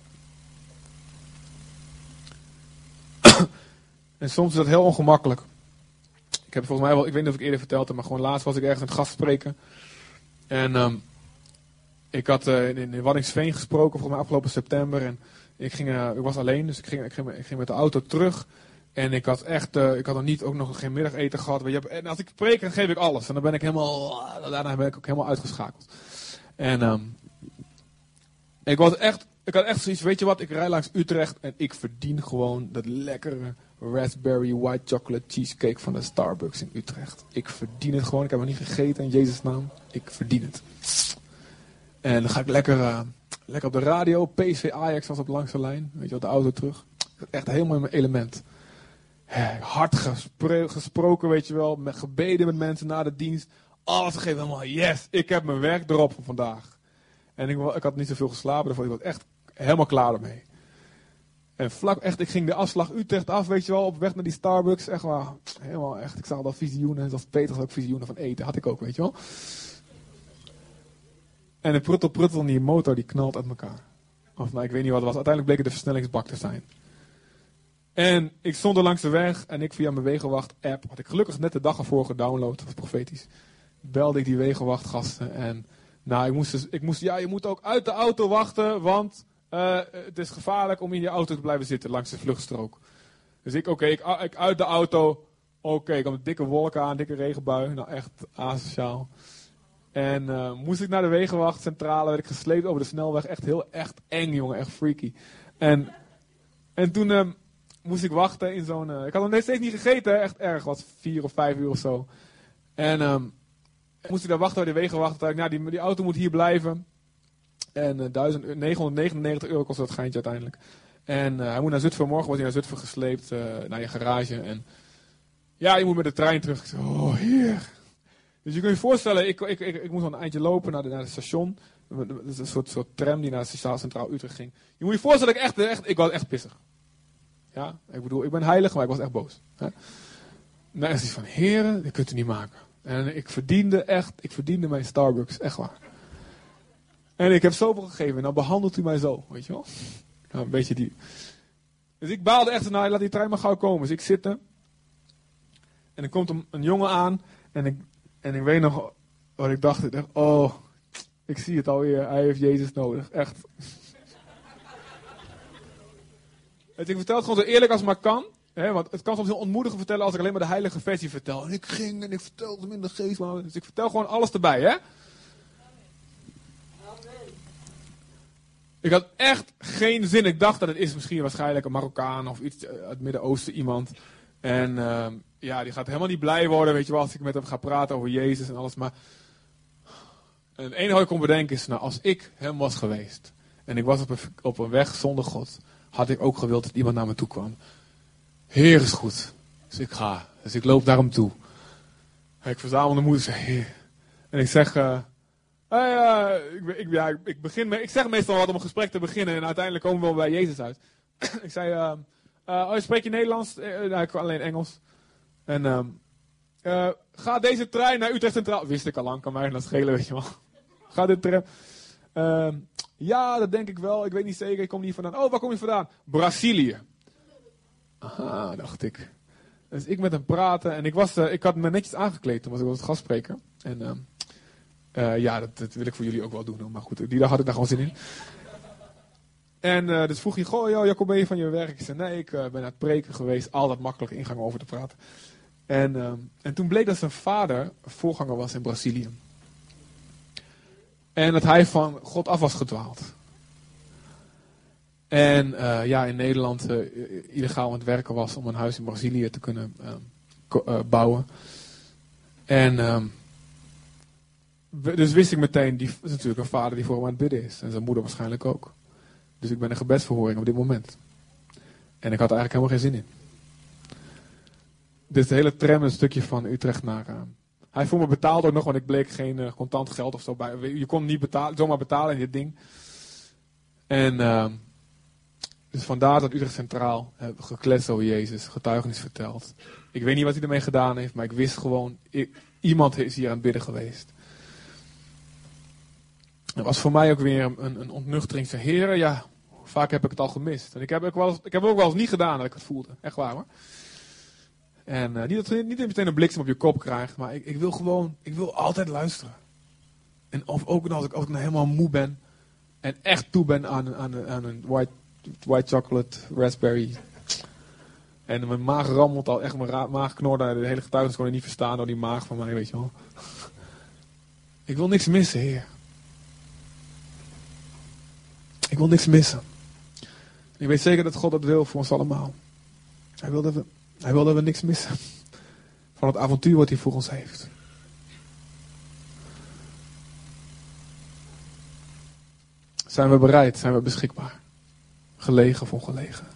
En soms is dat heel ongemakkelijk. Ik heb volgens mij wel, ik weet niet of ik eerder verteld heb, maar gewoon laatst was ik ergens aan het gastspreken. En um, ik had uh, in, in Waddinxveen gesproken, volgens mij afgelopen september. En ik, ging, uh, ik was alleen, dus ik ging, ik, ging, ik ging met de auto terug. En ik had echt, uh, ik had nog niet ook nog geen middageten gehad. Je hebt, en als ik spreek, dan geef ik alles. En dan ben ik helemaal, daarna ben ik ook helemaal uitgeschakeld. En um, ik was echt, ik had echt zoiets, weet je wat, ik rij langs Utrecht en ik verdien gewoon dat lekkere raspberry white chocolate cheesecake van de Starbucks in Utrecht. Ik verdien het gewoon, ik heb het niet gegeten in Jezus' naam. Ik verdien het. En dan ga ik lekker, uh, lekker op de radio, P S V Ajax was op langs de lijn, weet je wel, de auto terug. Echt helemaal in mijn element. Hard gespro- gesproken, weet je wel, met gebeden met mensen na de dienst. Alles gegeven, helemaal yes, ik heb mijn werk erop voor vandaag. En ik, ik had niet zoveel geslapen, daarvoor ik was echt helemaal klaar ermee. En vlak echt, ik ging de afslag Utrecht af, weet je wel, op weg naar die Starbucks. Echt wel, helemaal echt, ik zag al visioenen, zoals Peter had ook visioenen van eten, had ik ook, weet je wel. En de pruttel pruttel in die motor, die knalt uit elkaar. Of nou, ik weet niet wat het was, uiteindelijk bleek het de versnellingsbak te zijn. En ik stond er langs de weg en ik via mijn Wegenwacht-app, had ik gelukkig net de dag ervoor gedownload, dat was profetisch, belde ik die Wegenwachtgasten en nou, ik moest, dus, ik moest, ja, je moet ook uit de auto wachten, want uh, het is gevaarlijk om in je auto te blijven zitten langs de vluchtstrook. Dus ik, oké, okay, ik, ik uit de auto, oké, okay, ik kwam een dikke wolken aan, dikke regenbui, nou echt asociaal. En uh, moest ik naar de Wegenwachtcentrale, werd ik gesleept over de snelweg, echt heel, echt eng jongen, echt freaky. En, en toen uh, moest ik wachten in zo'n, uh, ik had nog steeds niet gegeten, echt erg, wat vier of vijf uur of zo. En um, moest ik daar wachten bij de Wegenwacht, dacht ik, nou, die, die auto moet hier blijven. En uh, negenhonderdnegenennegentig euro kost dat geintje uiteindelijk. En uh, hij moet naar Zutphen, morgen wordt hij naar Zutphen gesleept, uh, naar je garage. En ja, je moet met de trein terug. Ik zei, oh heer. Dus je kunt je voorstellen, ik, ik, ik, ik moest al een eindje lopen naar, de, naar het station. Dat is een soort, soort tram die naar het Centraal Utrecht ging. Je moet je voorstellen, ik, echt, echt, ik was echt pissig. Ja, ik bedoel, ik ben heilig, maar ik was echt boos. Hè? Nou, is iets van, heren, dat kunt u niet maken. En ik verdiende echt, ik verdiende mijn Starbucks, echt waar. En ik heb zoveel gegeven, en dan behandelt u mij zo, weet je wel. Nou, een beetje die. Dus ik baalde echt, nou, laat die trein maar gauw komen. Dus ik zit er. En er komt een, een jongen aan, en ik, en ik weet nog wat ik dacht. Ik dacht, oh, ik zie het alweer, hij heeft Jezus nodig, echt. Dus ik vertel het gewoon zo eerlijk als het maar kan. Hè, want het kan soms heel ontmoedigend vertellen als ik alleen maar de heilige versie vertel. En ik ging en ik vertelde hem in de geest. Maar, dus ik vertel gewoon alles erbij, hè. Ik had echt geen zin. Ik dacht dat het is misschien waarschijnlijk een Marokkaan of iets uit het Midden-Oosten iemand. En uh, ja, die gaat helemaal niet blij worden, weet je wel, als ik met hem ga praten over Jezus en alles. Maar en het enige wat ik kon bedenken is, nou, als ik hem was geweest en ik was op een, op een weg zonder God, had ik ook gewild dat iemand naar me toe kwam. Heer is goed. Dus ik ga. Dus ik loop naar hem toe. En ik verzamel de moed en zeg, Heer. En ik zeg, uh, hey, uh, ik, ik, ja, ik, ik, begin me, ik zeg meestal wat om een gesprek te beginnen en uiteindelijk komen we wel bij Jezus uit. Ik zei, uh, uh, oh, spreek je Nederlands? Uh, nou, ik kan alleen Engels. En uh, uh, ga deze trein naar Utrecht Centraal. Wist ik al lang, kan mij dat schelen, weet je wel. Ga dit trein. Uh, ja, dat denk ik wel. Ik weet niet zeker. Ik kom niet vandaan. Oh, waar kom je vandaan? Brazilië. Aha, dacht ik. Dus ik met hem praten. En ik, was, uh, ik had me netjes aangekleed. Toen was ik als gastspreker. En uh, uh, ja, dat, dat wil ik voor jullie ook wel doen. Hoor. Maar goed, die dag had ik daar gewoon zin in. En uh, dus vroeg hij, goh, joh, Jacob, ben je van je werk? Ik zei, nee, ik uh, ben aan het preken geweest. Altijd makkelijk ingang over te praten. En, uh, en toen bleek dat zijn vader voorganger was in Brazilië. En dat hij van God af was gedwaald. En uh, ja, in Nederland uh, illegaal aan het werken was om een huis in Brazilië te kunnen uh, ko- uh, bouwen. En uh, dus wist ik meteen, die is natuurlijk een vader die voor hem aan het bidden is. En zijn moeder waarschijnlijk ook. Dus ik ben een gebedsverhoring op dit moment. En ik had er eigenlijk helemaal geen zin in. Dus de hele tram een stukje van Utrecht naar... Uh, hij voor me betaalde ook nog, want ik bleek geen uh, contant geld of zo bij. Je kon niet betalen, zomaar betalen in dit ding. En uh, Dus vandaar dat Utrecht Centraal hebben gekletst over Jezus, getuigenis verteld. Ik weet niet wat hij ermee gedaan heeft, maar ik wist gewoon, ik, iemand is hier aan het bidden geweest. Het was voor mij ook weer een, een ontnuchtering. Zeg, heren, ja, vaak heb ik het al gemist. En ik heb, ook wel eens, ik heb ook wel eens niet gedaan dat ik het voelde. Echt waar hoor. En uh, niet dat je niet meteen een bliksem op je kop krijgt, maar ik, ik wil gewoon, ik wil altijd luisteren. En of, ook als ik, als ik nou helemaal moe ben en echt toe ben aan, aan, aan een white, white chocolate, raspberry. En mijn maag rammelt al, echt mijn ra- maag knort. De hele getuigenis kon ik niet verstaan door die maag van mij, weet je wel. Ik wil niks missen, Heer. Ik wil niks missen. Ik weet zeker dat God dat wil voor ons allemaal. Hij wil dat we, hij wil dat we niks missen. Van het avontuur wat hij voor ons heeft. Zijn we bereid? Zijn we beschikbaar? Gelegen of ongelegen?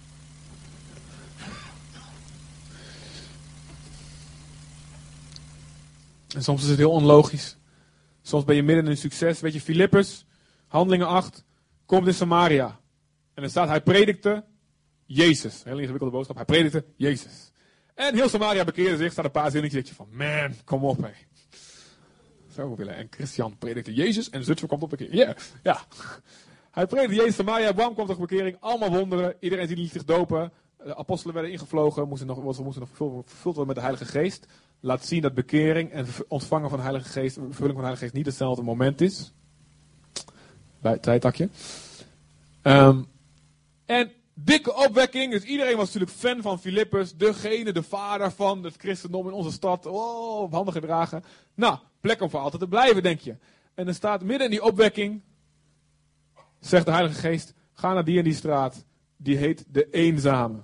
En soms is het heel onlogisch. Soms ben je midden in een succes. Weet je, Filippus, Handelingen acht, komt in Samaria. En er staat, hij predikte Jezus. Heel ingewikkelde boodschap. Hij predikte Jezus. En heel Samaria bekeerde zich. Staat een paar zinnetjes. Dat je van, man, kom op hé. Zo willen. En Christian predikte Jezus en Zutphen komt op bekering. Yeah. Ja. Hij predikte Jezus, Samaria, bam, komt op bekering. Allemaal wonderen. Iedereen die liet zich dopen. De apostelen werden ingevlogen. Moesten nog, moesten nog vervuld worden met de Heilige Geest. Laat zien dat bekering en ontvangen van de Heilige Geest, vervulling van de Heilige Geest niet hetzelfde moment is. Bij het tijdtakje. Um, en dikke opwekking. Dus iedereen was natuurlijk fan van Filippus. Degene, de vader van het christendom in onze stad. Oh, op handen gedragen. Nou, plek om voor altijd te blijven, denk je. En er staat midden in die opwekking, zegt de Heilige Geest, ga naar die en die straat. Die heet de Eenzame.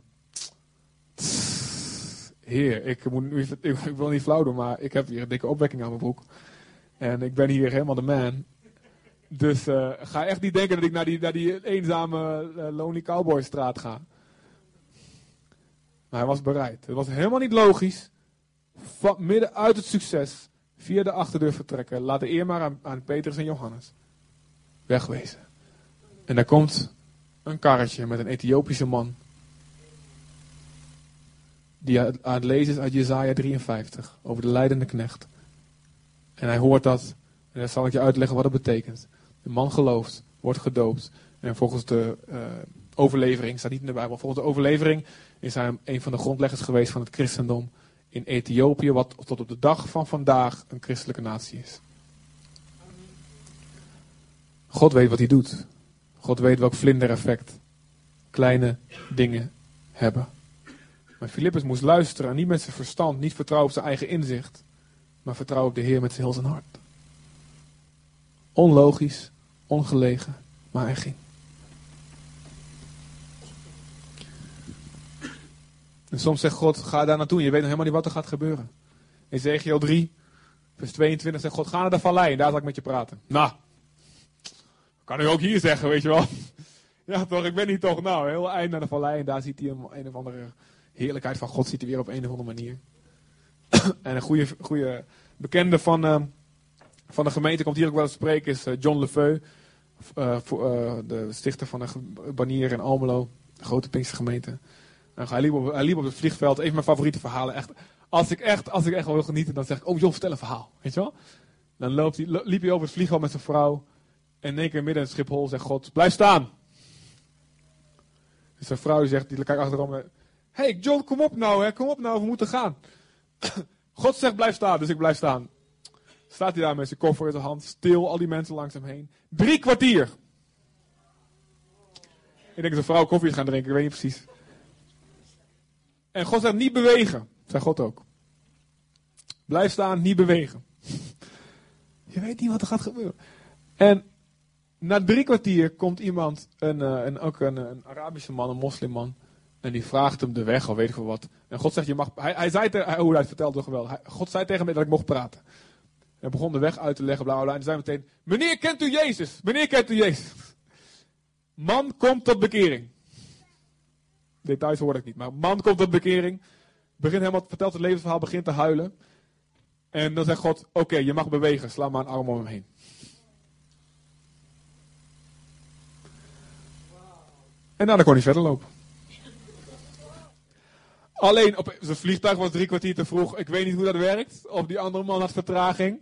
Heer, ik, moet, ik, ik wil niet flauw doen, maar ik heb hier een dikke opwekking aan mijn broek. En ik ben hier helemaal de man. Dus uh, ga echt niet denken dat ik naar die, naar die eenzame uh, Lonely Cowboy straat ga. Maar hij was bereid. Het was helemaal niet logisch. Van, midden uit het succes, via de achterdeur vertrekken. Laat de eer maar aan, aan Petrus en Johannes. Wegwezen. En daar komt een karretje met een Ethiopische man. Die aan het lezen is uit Jesaja drieënvijftig. Over de lijdende knecht. En hij hoort dat. En dan zal ik je uitleggen wat het betekent. De man gelooft, wordt gedoopt. En volgens de uh, overlevering, staat niet in de Bijbel, volgens de overlevering is hij een van de grondleggers geweest van het christendom in Ethiopië, wat tot op de dag van vandaag een christelijke natie is. God weet wat hij doet. God weet welk vlindereffect kleine dingen hebben. Maar Filippus moest luisteren en niet met zijn verstand, niet vertrouwen op zijn eigen inzicht, maar vertrouwen op de Heer met heel zijn hart. Onlogisch, ongelegen, maar hij ging. En soms zegt God, ga daar naartoe en je weet nog helemaal niet wat er gaat gebeuren. In Ezekiel drie, vers tweeëntwintig zegt God, ga naar de vallei en daar zal ik met je praten. Nou, kan ik ook hier zeggen, weet je wel. Ja toch, ik ben hier toch, nou, heel eind naar de vallei en daar ziet hij een, een of andere heerlijkheid van God, ziet hij weer op een of andere manier. En een goede, goede bekende van, uh, van de gemeente komt hier ook wel eens spreken, is uh, John Lefeu. Uh, voor, uh, de stichter van de Banier in Almelo, de grote Pinkstergemeente. En hij, liep op, hij liep op het vliegveld, een van mijn favoriete verhalen. Echt, als ik echt, als ik echt wil genieten, dan zeg ik, oh John, vertel een verhaal. Weet je wel? Dan loopt hij, liep hij over het vliegveld met zijn vrouw. En in één keer midden in het Schiphol zegt God, blijf staan. Dus zijn vrouw zegt, die kijkt achterom. Hé hey John, kom op nou, hè, kom op nou, we moeten gaan. God zegt, blijf staan, dus ik blijf staan. Staat hij daar met zijn koffer in zijn hand, stil, al die mensen langs hem heen. Drie kwartier. Ik denk dat zijn vrouw koffie is gaan drinken, ik weet niet precies. En God zegt, niet bewegen. Zei God ook. Blijf staan, niet bewegen. Je weet niet wat er gaat gebeuren. En na drie kwartier komt iemand, een, een, ook een, een Arabische man, een moslimman. En die vraagt hem de weg, of weet ik veel wat. En God zegt, je mag, hij, hij zei tegen, hoe hij het vertelde toch wel. Hij, God zei tegen mij dat ik mocht praten. En begon de weg uit te leggen, bla bla bla. En zei meteen, meneer kent u Jezus? Meneer kent u Jezus? Man komt tot bekering. Details hoorde ik niet, maar man komt tot bekering. Begint helemaal, vertelt het levensverhaal, begint te huilen. En dan zegt God, oké, okay, je mag bewegen, sla maar een arm om hem heen. En daarna kon hij verder lopen. Alleen, op zijn vliegtuig was drie kwartier te vroeg. Ik weet niet hoe dat werkt. Of die andere man had vertraging.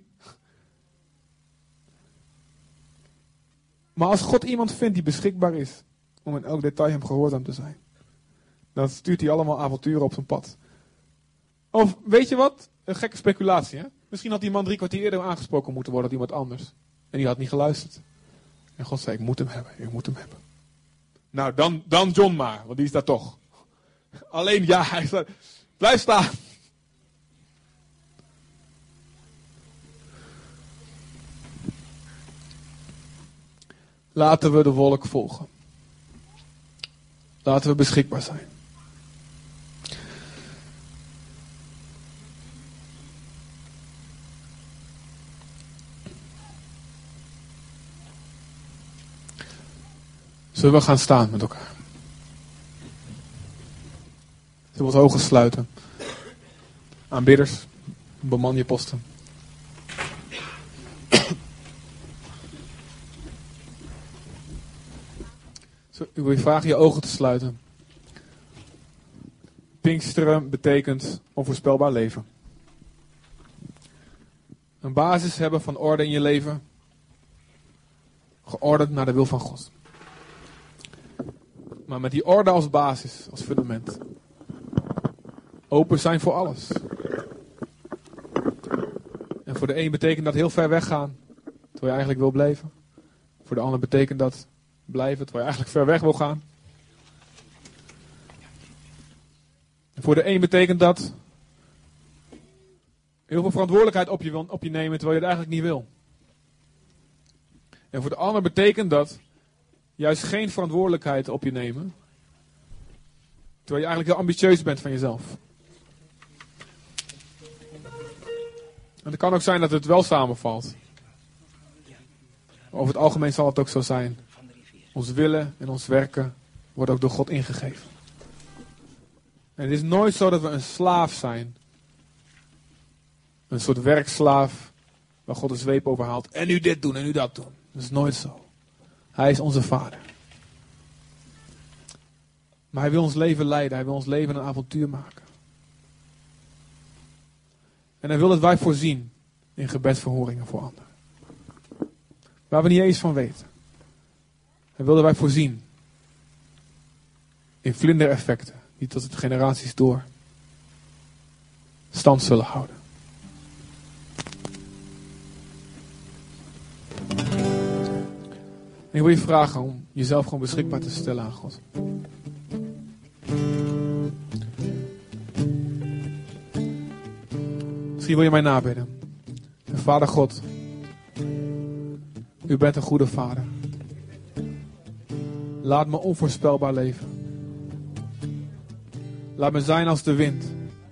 Maar als God iemand vindt die beschikbaar is om in elk detail hem gehoorzaam te zijn, dan stuurt hij allemaal avonturen op zijn pad. Of, weet je wat? Een gekke speculatie, hè? Misschien had die man drie kwartier eerder aangesproken moeten worden dan iemand anders. En die had niet geluisterd. En God zei, ik moet hem hebben, ik moet hem hebben. Nou, dan, dan John maar, want die is daar toch. Alleen, ja, hij staat, blijf staan. Laten we de wolk volgen. Laten we beschikbaar zijn. Zullen we gaan staan met elkaar? Zullen we ons ogen sluiten? Aanbidders, beman je posten. Ik wil je vragen je ogen te sluiten. Pinksteren betekent onvoorspelbaar leven. Een basis hebben van orde in je leven. Geordend naar de wil van God. Maar met die orde als basis, als fundament. Open zijn voor alles. En voor de een betekent dat heel ver weggaan, terwijl je eigenlijk wil blijven. Voor de ander betekent dat blijven, terwijl je eigenlijk ver weg wil gaan. En voor de een betekent dat heel veel verantwoordelijkheid op je, op je nemen, terwijl je het eigenlijk niet wil. En voor de ander betekent dat juist geen verantwoordelijkheid op je nemen, terwijl je eigenlijk heel ambitieus bent van jezelf. En het kan ook zijn dat het wel samenvalt. Maar over het algemeen zal het ook zo zijn. Ons willen en ons werken wordt ook door God ingegeven. En het is nooit zo dat we een slaaf zijn. Een soort werkslaaf waar God een zweep over haalt. En nu dit doen en nu dat doen. Dat is nooit zo. Hij is onze vader. Maar hij wil ons leven leiden. Hij wil ons leven een avontuur maken. En hij wil dat wij voorzien in gebedsverhoringen voor anderen. Waar we niet eens van weten. Hij wil dat wij voorzien in vlindereffecten die tot de generaties door stand zullen houden. En ik wil je vragen om jezelf gewoon beschikbaar te stellen aan God. Misschien wil je mij nabidden. En Vader God, u bent een goede vader. Laat me onvoorspelbaar leven. Laat me zijn als de wind.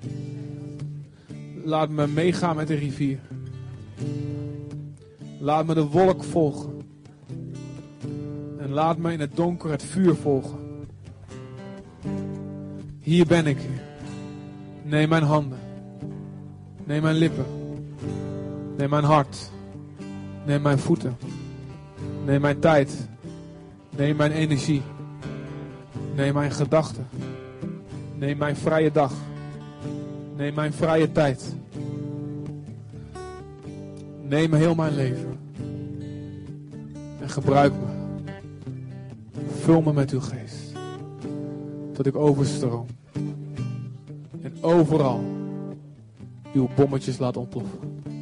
Laat me meegaan met de rivier. Laat me de wolk volgen. En laat me in het donker het vuur volgen. Hier ben ik. Neem mijn handen. Neem mijn lippen. Neem mijn hart. Neem mijn voeten. Neem mijn tijd. Neem mijn energie. Neem mijn gedachten. Neem mijn vrije dag. Neem mijn vrije tijd. Neem heel mijn leven. En gebruik me. Vul me met uw geest. Tot ik overstroom. En overal uw bommetjes laat ontploffen.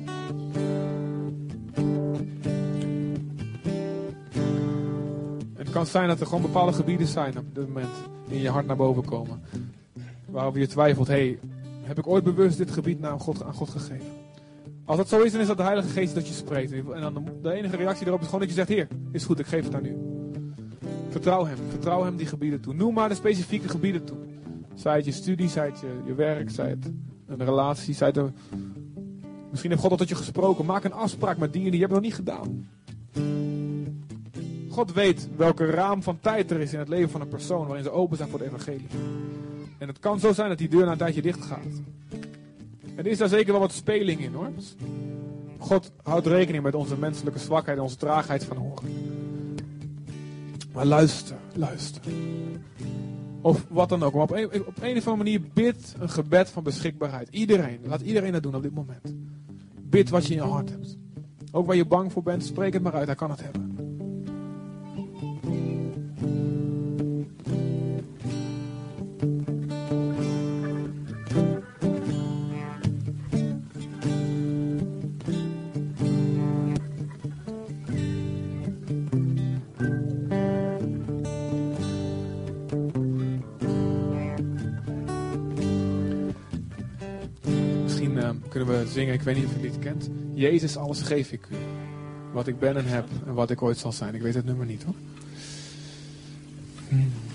Het kan zijn dat er gewoon bepaalde gebieden zijn op dit moment in je hart naar boven komen. Waarover je twijfelt, hé, hey, heb ik ooit bewust dit gebied aan God, aan God gegeven? Als dat zo is, dan is dat de Heilige Geest dat je spreekt. En dan de, de enige reactie erop is gewoon dat je zegt, Heer, is goed, ik geef het aan u. Vertrouw hem, vertrouw hem die gebieden toe. Noem maar de specifieke gebieden toe. Zij het je studie, zij het je, je werk, zij het een relatie, zij het een... Misschien heeft God al tot je gesproken. Maak een afspraak met die en die je hebt nog niet gedaan. God weet welke raam van tijd er is in het leven van een persoon waarin ze open zijn voor het evangelie. En het kan zo zijn dat die deur na een tijdje dicht gaat. En er is daar zeker wel wat speling in, hoor. God houdt rekening met onze menselijke zwakheid en onze traagheid van horen. Maar luister, luister. Of wat dan ook. Maar op een, op een of andere manier bid een gebed van beschikbaarheid. Iedereen. Laat iedereen dat doen op dit moment. Bid wat je in je hart hebt. Ook waar je bang voor bent, spreek het maar uit. Hij kan het hebben. Kunnen we zingen, ik weet niet of je het kent. Jezus, alles geef ik u. Wat ik ben en heb en wat ik ooit zal zijn. Ik weet het nummer niet hoor. Hmm.